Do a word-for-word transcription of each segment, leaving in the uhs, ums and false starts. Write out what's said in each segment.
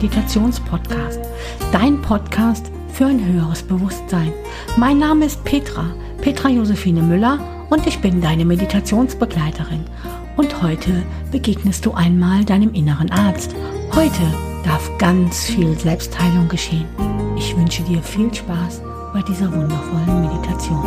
Meditationspodcast, dein Podcast für ein höheres Bewusstsein. Mein Name ist Petra, Petra Josephine Müller und ich bin deine Meditationsbegleiterin. Und heute begegnest du einmal deinem inneren Arzt. Heute darf ganz viel Selbstheilung geschehen. Ich wünsche dir viel Spaß bei dieser wundervollen Meditation.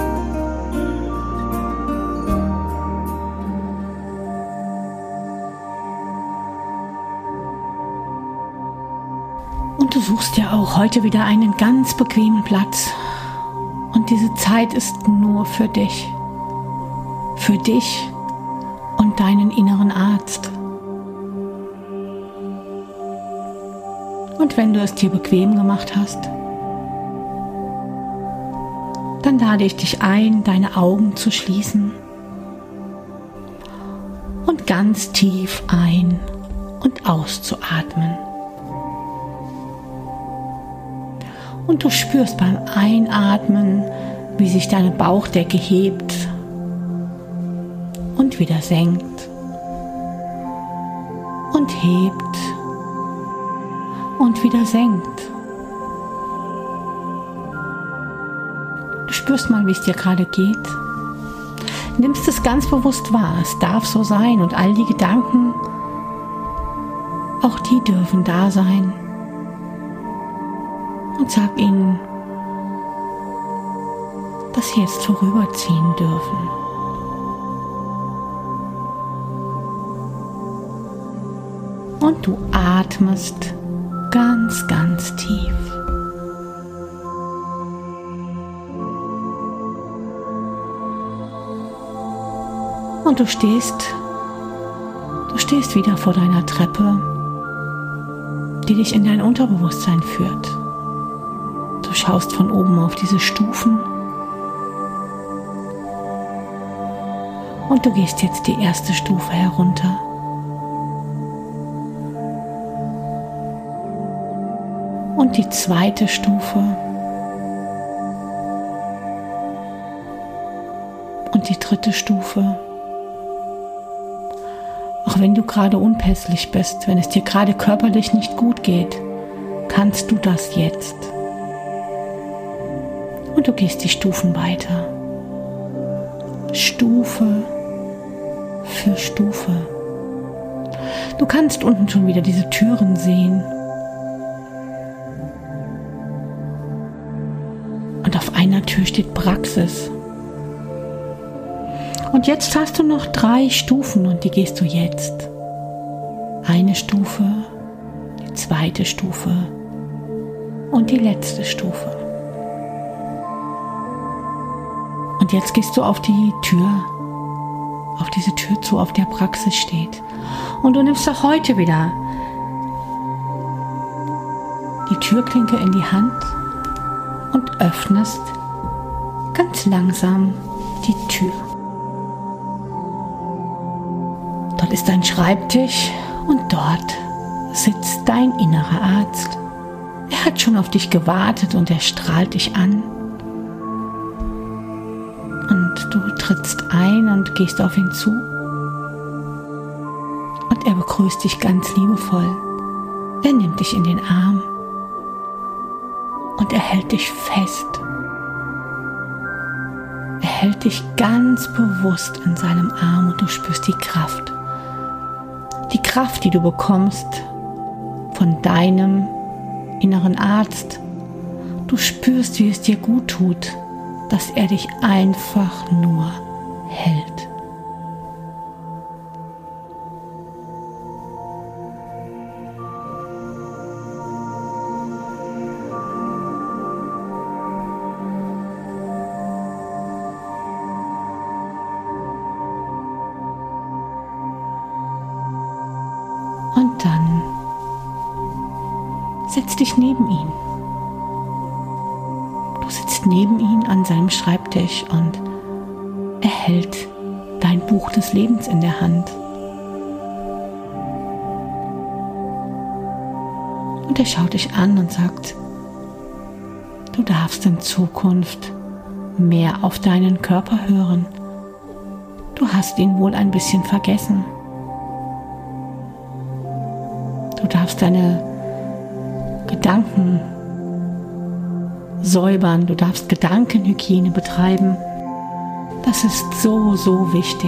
Und du suchst ja auch heute wieder einen ganz bequemen Platz. Und diese Zeit ist nur für dich. Für dich und deinen inneren Arzt. Und wenn du es dir bequem gemacht hast, dann lade ich dich ein, deine Augen zu schließen und ganz tief ein- und auszuatmen. Und du spürst beim Einatmen, wie sich deine Bauchdecke hebt und wieder senkt und hebt und wieder senkt. Du spürst mal, wie es dir gerade geht. Nimmst es ganz bewusst wahr. Es darf so sein und all die Gedanken, auch die dürfen da sein. Und sag ihnen, dass sie jetzt vorüberziehen dürfen. Und du atmest ganz, ganz tief. Und du stehst, du stehst wieder vor deiner Treppe, die dich in dein Unterbewusstsein führt. Du schaust von oben auf diese Stufen und du gehst jetzt die erste Stufe herunter. Und die zweite Stufe und die dritte Stufe. Auch wenn du gerade unpässlich bist, wenn es dir gerade körperlich nicht gut geht, kannst du das jetzt. Und du gehst die Stufen weiter. Stufe für Stufe. Du kannst unten schon wieder diese Türen sehen. Und auf einer Tür steht Praxis. Und jetzt hast du noch drei Stufen und die gehst du jetzt. Eine Stufe, die zweite Stufe und die letzte Stufe. Und jetzt gehst du auf die Tür, auf diese Tür zu, auf der Praxis steht. Und du nimmst auch heute wieder die Türklinke in die Hand und öffnest ganz langsam die Tür. Dort ist ein Schreibtisch und dort sitzt dein innerer Arzt. Er hat schon auf dich gewartet und er strahlt dich an. Und du trittst ein und gehst auf ihn zu. Und er begrüßt dich ganz liebevoll. Er nimmt dich in den Arm und er hält dich fest. Er hält dich ganz bewusst in seinem Arm und du spürst die Kraft. Die Kraft, die du bekommst von deinem inneren Arzt. Du spürst, wie es dir gut tut, dass er dich einfach nur hält. Und dann setz dich neben ihn. Du sitzt neben ihm an seinem Schreibtisch und er hält dein Buch des Lebens in der Hand. Und er schaut dich an und sagt, du darfst in Zukunft mehr auf deinen Körper hören. Du hast ihn wohl ein bisschen vergessen. Du darfst deine Gedanken säubern, du darfst Gedankenhygiene betreiben. Das ist so, so wichtig.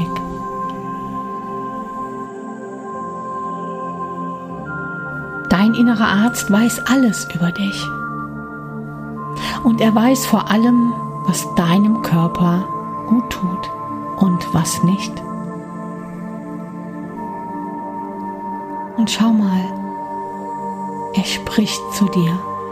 Dein innerer Arzt weiß alles über dich. Und er weiß vor allem, was deinem Körper gut tut und was nicht. Und schau mal, er spricht zu dir.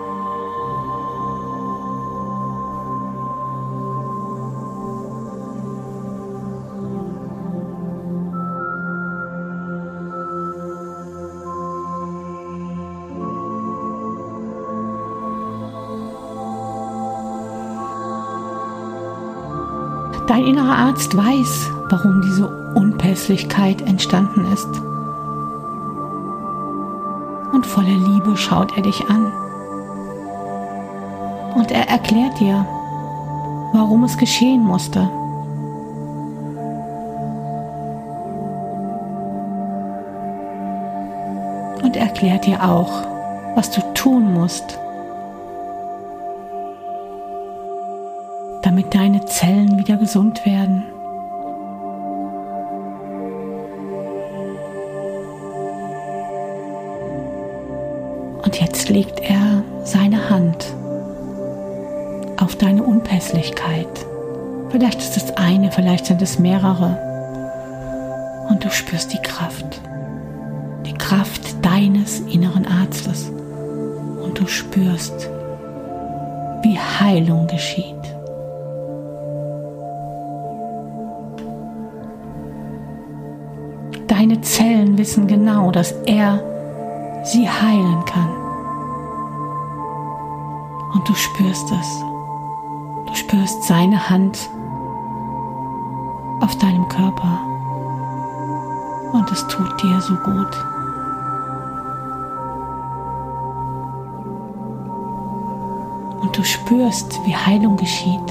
Dein innerer Arzt weiß, warum diese Unpässlichkeit entstanden ist. Und voller Liebe schaut er dich an. Und er erklärt dir, warum es geschehen musste. Und er erklärt dir auch, was du tun musst, damit deine Zellen wieder gesund werden. Und jetzt legt er seine Hand auf deine Unpässlichkeit. Vielleicht ist es eine, vielleicht sind es mehrere. Und du spürst die Kraft. Die Kraft deines inneren Arztes. Und du spürst, wie Heilung geschieht. Deine Zellen wissen genau, dass er sie heilen kann. Und du spürst es. Du spürst seine Hand auf deinem Körper. Und es tut dir so gut. Und du spürst, wie Heilung geschieht.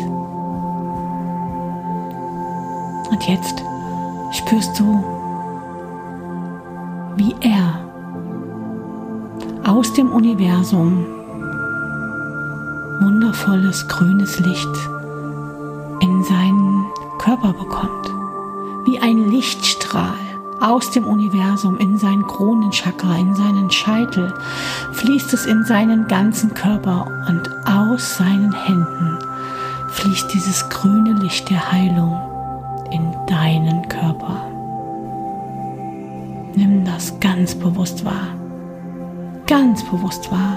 Und jetzt spürst du, wie er aus dem Universum wundervolles grünes Licht in seinen Körper bekommt. Wie ein Lichtstrahl aus dem Universum in sein Kronenchakra, in seinen Scheitel, fließt es in seinen ganzen Körper und aus seinen Händen fließt dieses grüne Licht der Heilung in deinen Körper. Nimm das ganz bewusst wahr. Ganz bewusst wahr.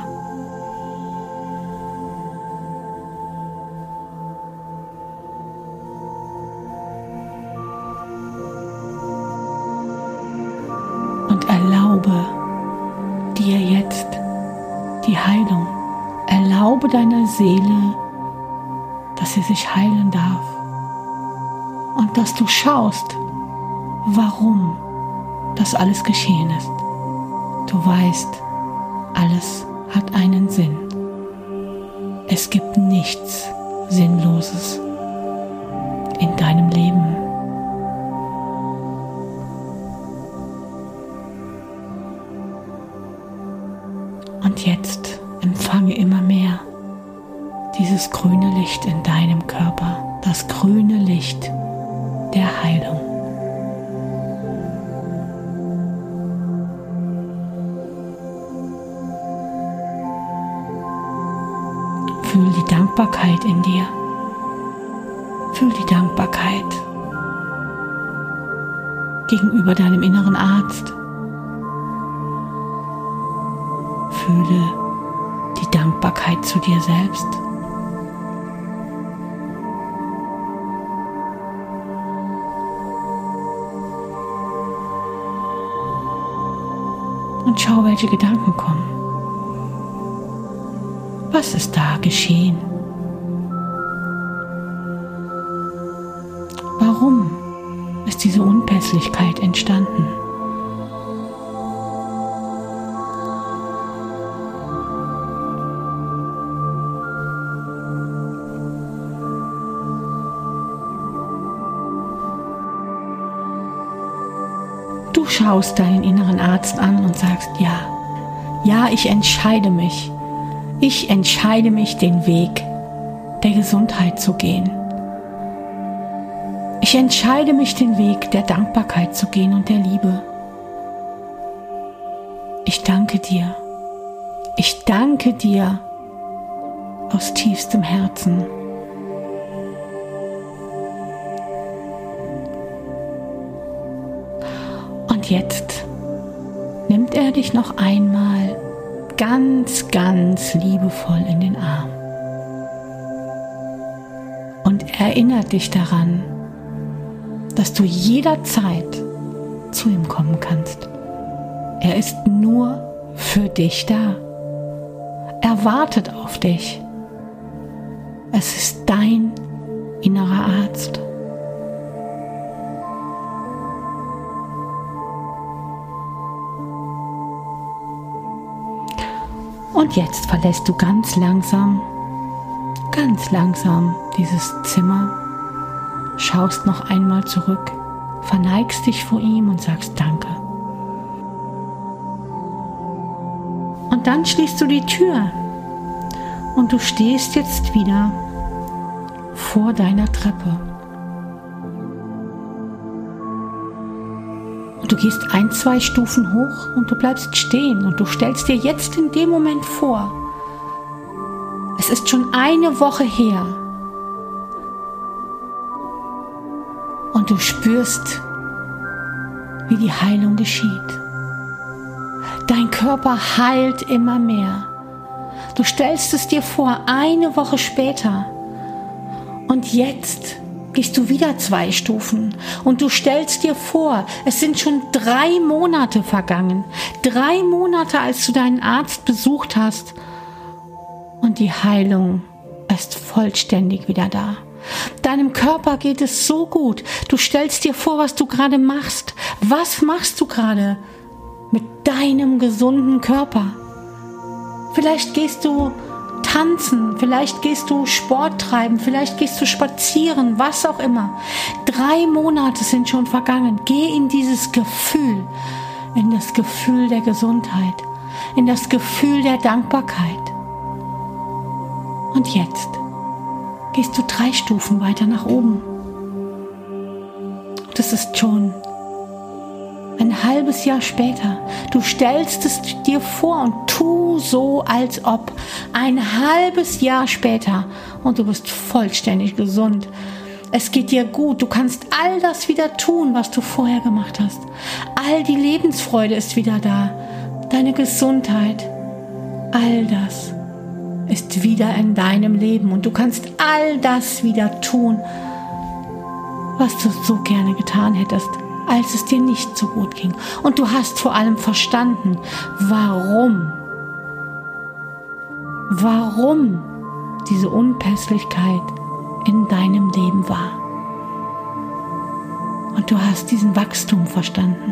Und erlaube dir jetzt die Heilung. Erlaube deiner Seele, dass sie sich heilen darf. Und dass du schaust, warum das alles geschehen ist. Du weißt, alles hat einen Sinn. Es gibt nichts Sinnloses in deinem Leben. Und jetzt empfange immer mehr dieses grüne Licht in deinem Körper, das grüne Licht der Heilung. Fühl die Dankbarkeit in dir. Fühl die Dankbarkeit gegenüber deinem inneren Arzt. Fühle die Dankbarkeit zu dir selbst. Und schau, welche Gedanken kommen. Was ist da geschehen? Warum ist diese Unpässlichkeit entstanden? Du schaust deinen inneren Arzt an und sagst, ja, ja, ich entscheide mich, Ich entscheide mich, den Weg der Gesundheit zu gehen. Ich entscheide mich, den Weg der Dankbarkeit zu gehen und der Liebe. Ich danke dir. Ich danke dir aus tiefstem Herzen. Und jetzt nimmt er dich noch einmal ganz, ganz liebevoll in den Arm und erinnert dich daran, dass du jederzeit zu ihm kommen kannst. Er ist nur für dich da. Er wartet auf dich. Es ist dein innerer Arzt. Und jetzt verlässt du ganz langsam, ganz langsam dieses Zimmer, schaust noch einmal zurück, verneigst dich vor ihm und sagst Danke. Und dann schließt du die Tür und du stehst jetzt wieder vor deiner Treppe. Und du gehst ein, zwei Stufen hoch und du bleibst stehen und du stellst dir jetzt in dem Moment vor, es ist schon eine Woche her und du spürst, wie die Heilung geschieht. Dein Körper heilt immer mehr. Du stellst es dir vor, eine Woche später und jetzt gehst du wieder zwei Stufen und du stellst dir vor, es sind schon drei Monate vergangen. Drei Monate, als du deinen Arzt besucht hast und die Heilung ist vollständig wieder da. Deinem Körper geht es so gut. Du stellst dir vor, was du gerade machst. Was machst du gerade mit deinem gesunden Körper? Vielleicht gehst du tanzen, vielleicht gehst du Sport treiben, vielleicht gehst du spazieren, was auch immer. Drei Monate sind schon vergangen. Geh in dieses Gefühl, in das Gefühl der Gesundheit, in das Gefühl der Dankbarkeit. Und jetzt gehst du drei Stufen weiter nach oben. Das ist schon ein halbes Jahr später. Du stellst es dir vor und tu so, als ob ein halbes Jahr später und du bist vollständig gesund. Es geht dir gut. Du kannst all das wieder tun, was du vorher gemacht hast. All die Lebensfreude ist wieder da. Deine Gesundheit. All das ist wieder in deinem Leben und du kannst all das wieder tun, was du so gerne getan hättest, als es dir nicht so gut ging. Und du hast vor allem verstanden, warum, warum diese Unpässlichkeit in deinem Leben war. Und du hast diesen Wachstum verstanden.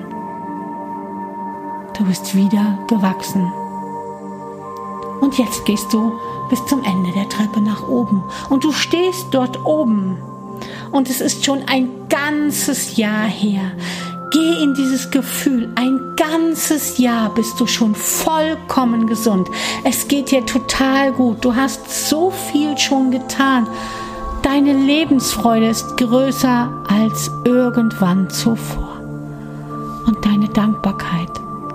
Du bist wieder gewachsen. Und jetzt gehst du bis zum Ende der Treppe nach oben. Und du stehst dort oben. Und es ist schon ein ganzes Jahr her. Geh in dieses Gefühl. Ein ganzes Jahr bist du schon vollkommen gesund. Es geht dir total gut. Du hast so viel schon getan. Deine Lebensfreude ist größer als irgendwann zuvor. Und deine Dankbarkeit.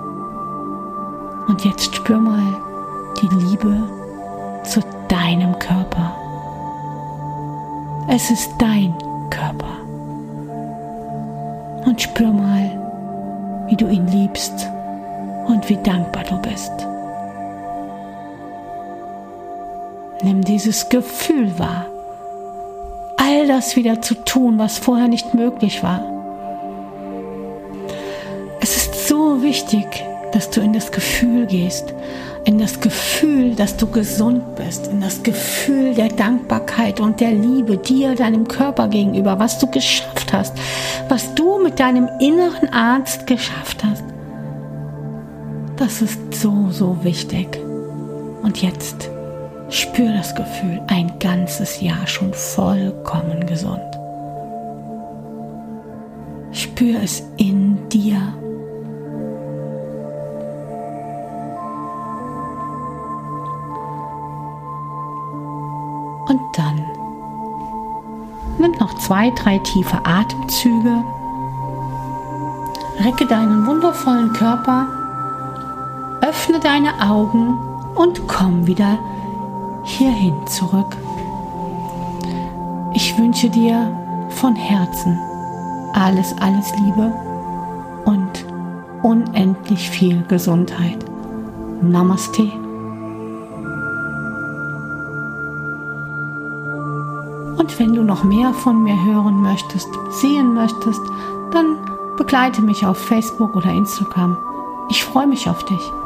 Und jetzt spür mal die Liebe zu deinem Körper. Es ist dein Körper. Und spür mal, wie du ihn liebst und wie dankbar du bist. Nimm dieses Gefühl wahr, all das wieder zu tun, was vorher nicht möglich war. Es ist so wichtig, dass du in das Gefühl gehst, in das Gefühl, dass du gesund bist, in das Gefühl der Dankbarkeit und der Liebe dir, deinem Körper gegenüber, was du geschafft hast, was du mit deinem inneren Arzt geschafft hast. Das ist so, so wichtig. Und jetzt spür das Gefühl, ein ganzes Jahr schon vollkommen gesund. Spür es in dir. Und dann nimm noch zwei, drei tiefe Atemzüge. Recke deinen wundervollen Körper, öffne deine Augen und komm wieder hierhin zurück. Ich wünsche dir von Herzen alles, alles Liebe und unendlich viel Gesundheit. Namaste. Und wenn du noch mehr von mir hören möchtest, sehen möchtest, dann begleite mich auf Facebook oder Instagram. Ich freue mich auf dich.